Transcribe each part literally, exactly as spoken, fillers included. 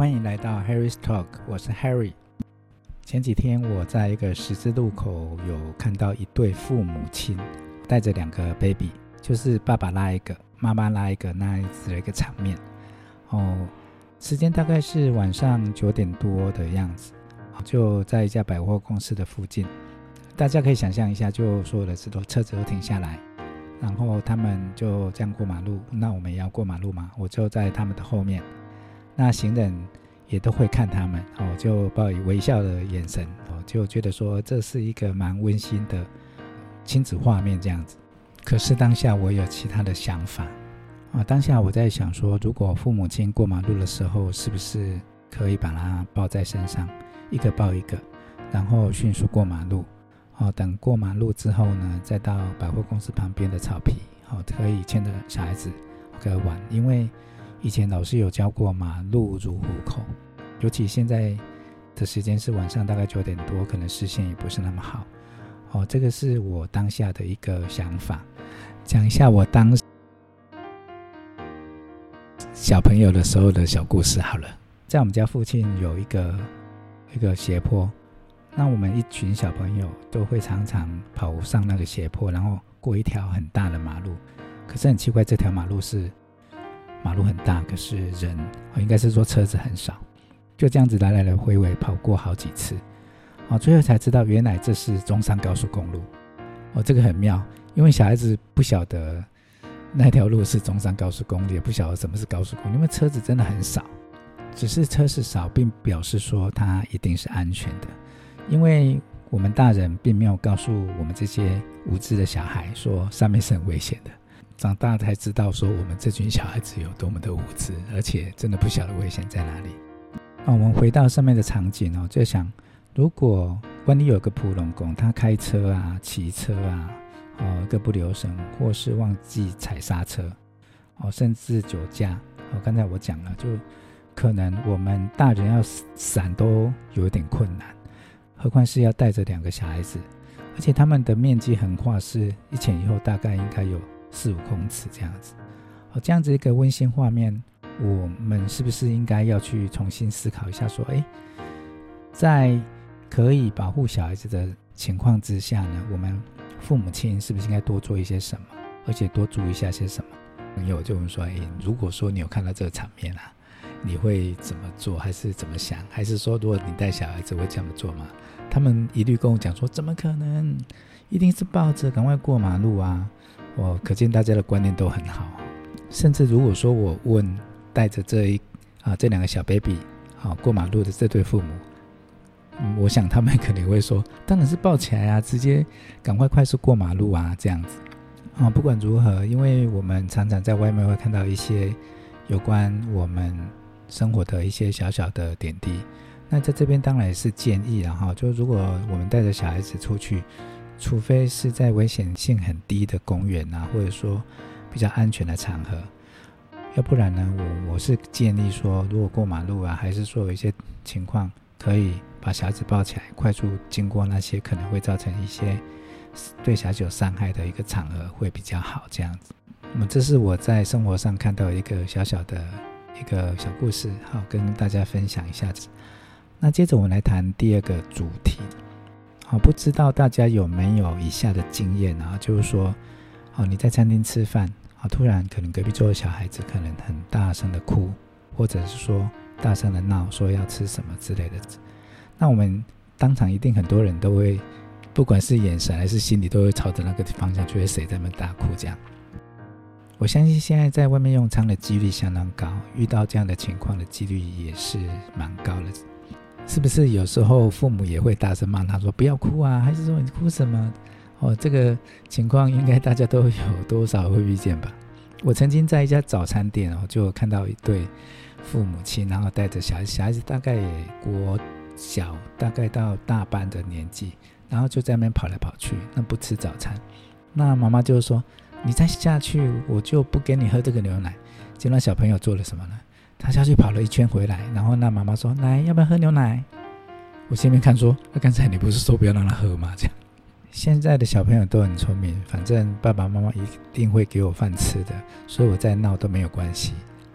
欢迎来到 Harry's Talk， 我是 Harry。前几天我在一个十字路口有看到一对父母亲带着两个 baby， 就是爸爸拉一个，妈妈拉一个，那样子的一个场面。哦，时间大概是晚上九点多的样子，就在一家百货公司的附近。大家可以想象一下，就所有的车子都停下来，然后他们就这样过马路。那我们也要过马路嘛，我就在他们的后面。那行人也都会看他们，哦，就抱以微笑的眼神，哦，就觉得说这是一个蛮温馨的亲子画面这样子。可是当下我有其他的想法，啊，当下我在想说，如果父母亲过马路的时候，是不是可以把他抱在身上，一个抱一个，然后迅速过马路，哦，等过马路之后呢，再到百货公司旁边的草皮，哦，可以牵着小孩子可以玩。因为以前老师有教过马路如虎口，尤其现在的时间是晚上大概九点多，可能视线也不是那么好，哦，这个是我当下的一个想法。讲一下我当小朋友的时候的小故事好了。在我们家附近有一个一个斜坡，那我们一群小朋友都会常常跑上那个斜坡，然后过一条很大的马路。可是很奇怪，这条马路是马路很大，可是人，哦，应该是说车子很少，就这样子来来来回回跑过好几次，哦，最后才知道原来这是中山高速公路。哦，这个很妙，因为小孩子不晓得那条路是中山高速公路，也不晓得什么是高速公路，因为车子真的很少。只是车子少并表示说它一定是安全的，因为我们大人并没有告诉我们这些无知的小孩说上面是很危险的。长大才知道说我们这群小孩子有多么的无知，而且真的不晓得危险在哪里。那我们回到上面的场景，哦，就想如果万一有个普龙公他开车啊骑车啊，哦，一个不留神或是忘记踩刹车，哦，甚至酒驾，哦，刚才我讲了，就可能我们大人要闪都有点困难，何况是要带着两个小孩子，而且他们的面积横跨是一前一后大概应该有四五公尺这样子，哦，这样子一个温馨画面，我们是不是应该要去重新思考一下说，诶，在可以保护小孩子的情况之下呢，我们父母亲是不是应该多做一些什么，而且多注意一下些什么？朋友就问说，诶，如果说你有看到这个场面啊，你会怎么做，还是怎么想？还是说如果你带小孩子会这么做吗？他们一律跟我讲说，怎么可能，一定是抱着赶快过马路啊。我可见大家的观念都很好，甚至如果说我问带着这一啊这两个小 baby，啊，过马路的这对父母，嗯，我想他们肯定会说，当然是抱起来啊，直接赶快快速过马路啊，这样子。啊，不管如何，因为我们常常在外面会看到一些有关我们生活的一些小小的点滴，那在这边当然也是建议啦，哈，就如果我们带着小孩子出去，除非是在危险性很低的公园啊，或者说比较安全的场合，要不然呢，我我是建议说，如果过马路啊，还是说有一些情况可以把小孩子抱起来，快速经过那些可能会造成一些对小孩子有伤害的一个场合会比较好，这样子。那么这是我在生活上看到一个小小的一个小故事，好，跟大家分享一下子。那接着我们来谈第二个主题。好，不知道大家有没有以下的经验啊？就是说，好，你在餐厅吃饭，好，突然可能隔壁桌的小孩子可能很大声的哭，或者是说大声的闹，说要吃什么之类的。那我们当场一定很多人都会，不管是眼神还是心里都会朝着那个方向，就会谁在那边大哭这样。我相信现在在外面用餐的几率相当高，遇到这样的情况的几率也是蛮高的。是不是有时候父母也会大声骂他说不要哭啊，还是说你哭什么？哦，这个情况应该大家都有多少会遇见吧。我曾经在一家早餐店，哦，就看到一对父母亲，然后带着小孩子，小孩子大概也国小，大概到大班的年纪，然后就在那边跑来跑去，那不吃早餐。那妈妈就说，你再下去我就不给你喝这个牛奶。结果小朋友做了什么呢？他下去跑了一圈回来，然后那妈妈说，来，要不要喝牛奶？我前面看说，那刚才你不是说不要让他喝吗？这样，现在的小朋友都很聪明，反正爸爸妈妈一定会给我饭吃的，所以我再闹都没有关系。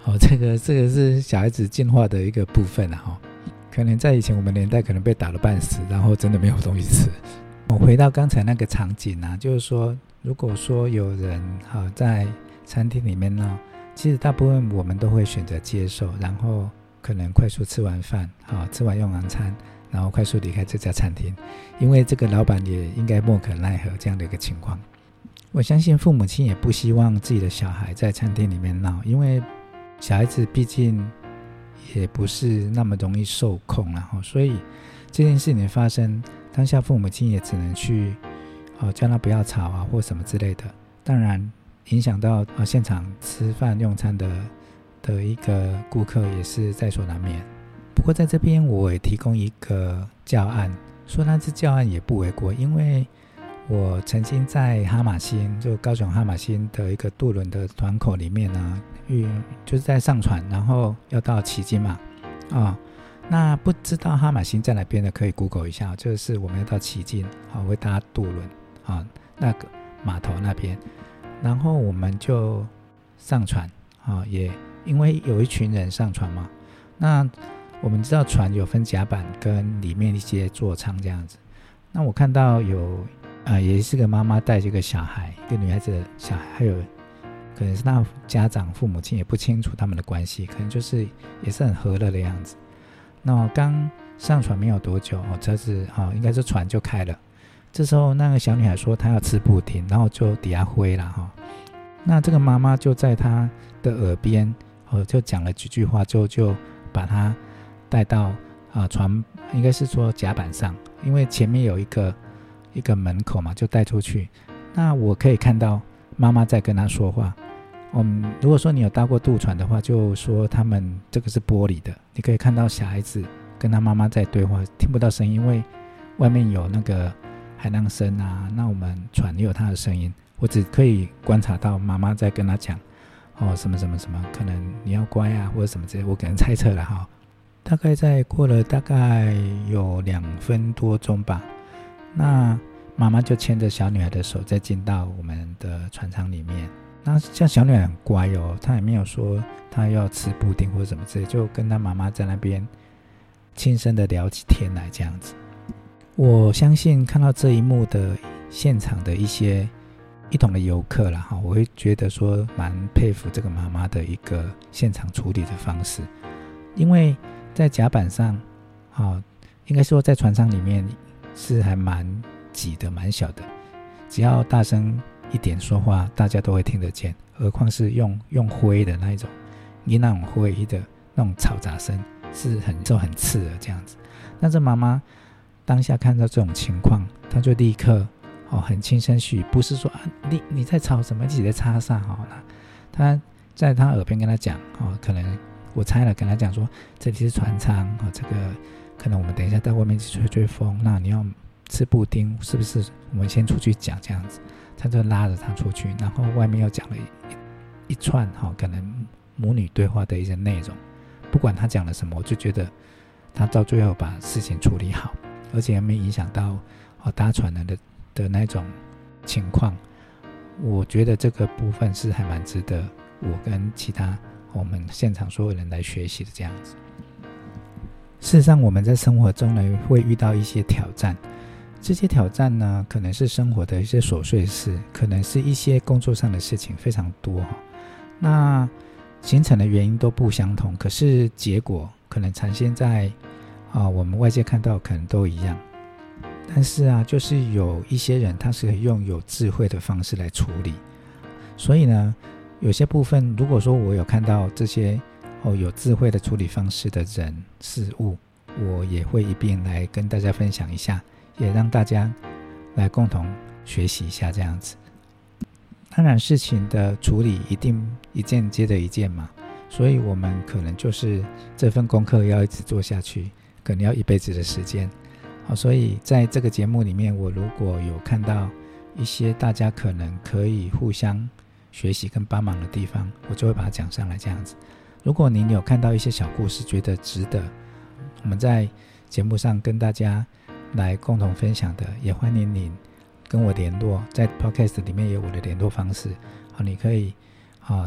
哦，这个这个是小孩子进化的一个部分啊、哦，可能在以前我们年代可能被打了半死，然后真的没有东西吃。我回到刚才那个场景啊，就是说，如果说有人好、哦、在餐厅里面呢，其实大部分我们都会选择接受，然后可能快速吃完饭，好、哦、吃完用完餐，然后快速离开这家餐厅，因为这个老板也应该莫可奈何这样的一个情况。我相信父母亲也不希望自己的小孩在餐厅里面闹，因为小孩子毕竟也不是那么容易受控啦，所以这件事情发生，当下父母亲也只能去、哦、叫他不要吵啊或什么之类的，当然影响到、哦、现场吃饭用餐的的一个顾客也是在所难免。不过在这边我也提供一个教案，说那次教案也不为过，因为我曾经在哈马星，就高雄哈马星的一个渡轮的团口里面呢，就是在上船，然后要到旗津嘛，啊、哦，那不知道哈马星在哪边的可以 Google 一下，就是我们要到旗津，好、哦，会搭渡轮啊、哦，那个码头那边，然后我们就上船啊、哦，也因为有一群人上船嘛，那我们知道船有分甲板跟里面一些座舱这样子，那我看到有。呃，也是个妈妈带这个小孩，一个女孩子的小孩，还有可能是那家长父母亲也不清楚他们的关系，可能就是也是很和乐的样子。那刚上船没有多久，哦，车子哦，应该是船就开了。这时候那个小女孩说她要吃布丁，然后就底下灰了哈、哦。那这个妈妈就在她的耳边哦，就讲了几句话，就就把她带到啊、呃、船，应该是说甲板上，因为前面有一个。一个门口嘛，就带出去。那我可以看到妈妈在跟他说话。嗯，如果说你有搭过渡船的话，就说他们这个是玻璃的，你可以看到小孩子跟他妈妈在对话，听不到声音，因为外面有那个海浪声啊。那我们船也有他的声音，我只可以观察到妈妈在跟他讲哦，什么什么什么，可能你要乖啊，或者什么之类，我可能猜测了哈。大概在过了大概有两分多钟吧。那妈妈就牵着小女孩的手再进到我们的船舱里面，那像小女孩很乖哦，她也没有说她要吃布丁或者什么之类，就跟她妈妈在那边轻声的聊起天来这样子。我相信看到这一幕的现场的一些一同的游客啦，我会觉得说蛮佩服这个妈妈的一个现场处理的方式，因为在甲板上应该说在船舱里面是还蛮挤的，蛮小的，只要大声一点说话，大家都会听得见。何况是用用灰的那一种，你那种灰的那种嘈杂声，是很就很刺耳这样子。但是妈妈当下看到这种情况，她就立刻哦很轻声细语，不是说啊你你在吵什么，一直在插上哦，她在她耳边跟她讲哦，可能我猜了，跟她讲说这里是船舱哦，这个。可能我们等一下到外面去吹吹风，那你要吃布丁是不是我们先出去讲这样子，他就拉着他出去，然后外面又讲了 一, 一串、哦、可能母女对话的一些内容，不管他讲了什么，我就觉得他到最后把事情处理好，而且也没影响到、哦、搭船的的那种情况。我觉得这个部分是还蛮值得我跟其他我们现场所有人来学习的这样子。事实上我们在生活中呢会遇到一些挑战，这些挑战呢可能是生活的一些琐碎事，可能是一些工作上的事情，非常多，那形成的原因都不相同，可是结果可能呈现在、啊、我们外界看到可能都一样。但是啊就是有一些人他是可以用有智慧的方式来处理，所以呢有些部分如果说我有看到这些哦，有智慧的处理方式的人事物，我也会一并来跟大家分享一下，也让大家来共同学习一下这样子。当然事情的处理一定一件接着一件嘛，所以我们可能就是这份功课要一直做下去，可能要一辈子的时间、哦、所以在这个节目里面，我如果有看到一些大家可能可以互相学习跟帮忙的地方，我就会把它讲上来这样子。如果您有看到一些小故事觉得值得我们在节目上跟大家来共同分享的，也欢迎您跟我联络，在 Podcast 里面有我的联络方式，你可以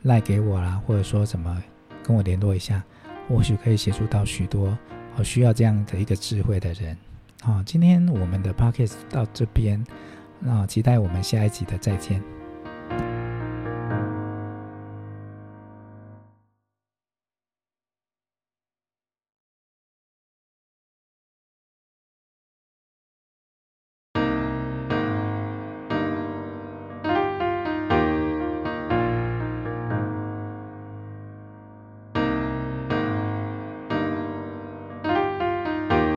赖给我啦，或者说什么跟我联络一下，或许可以协助到许多需要这样的一个智慧的人。好，今天我们的 podcast 到这边，那期待我们下一集的再见。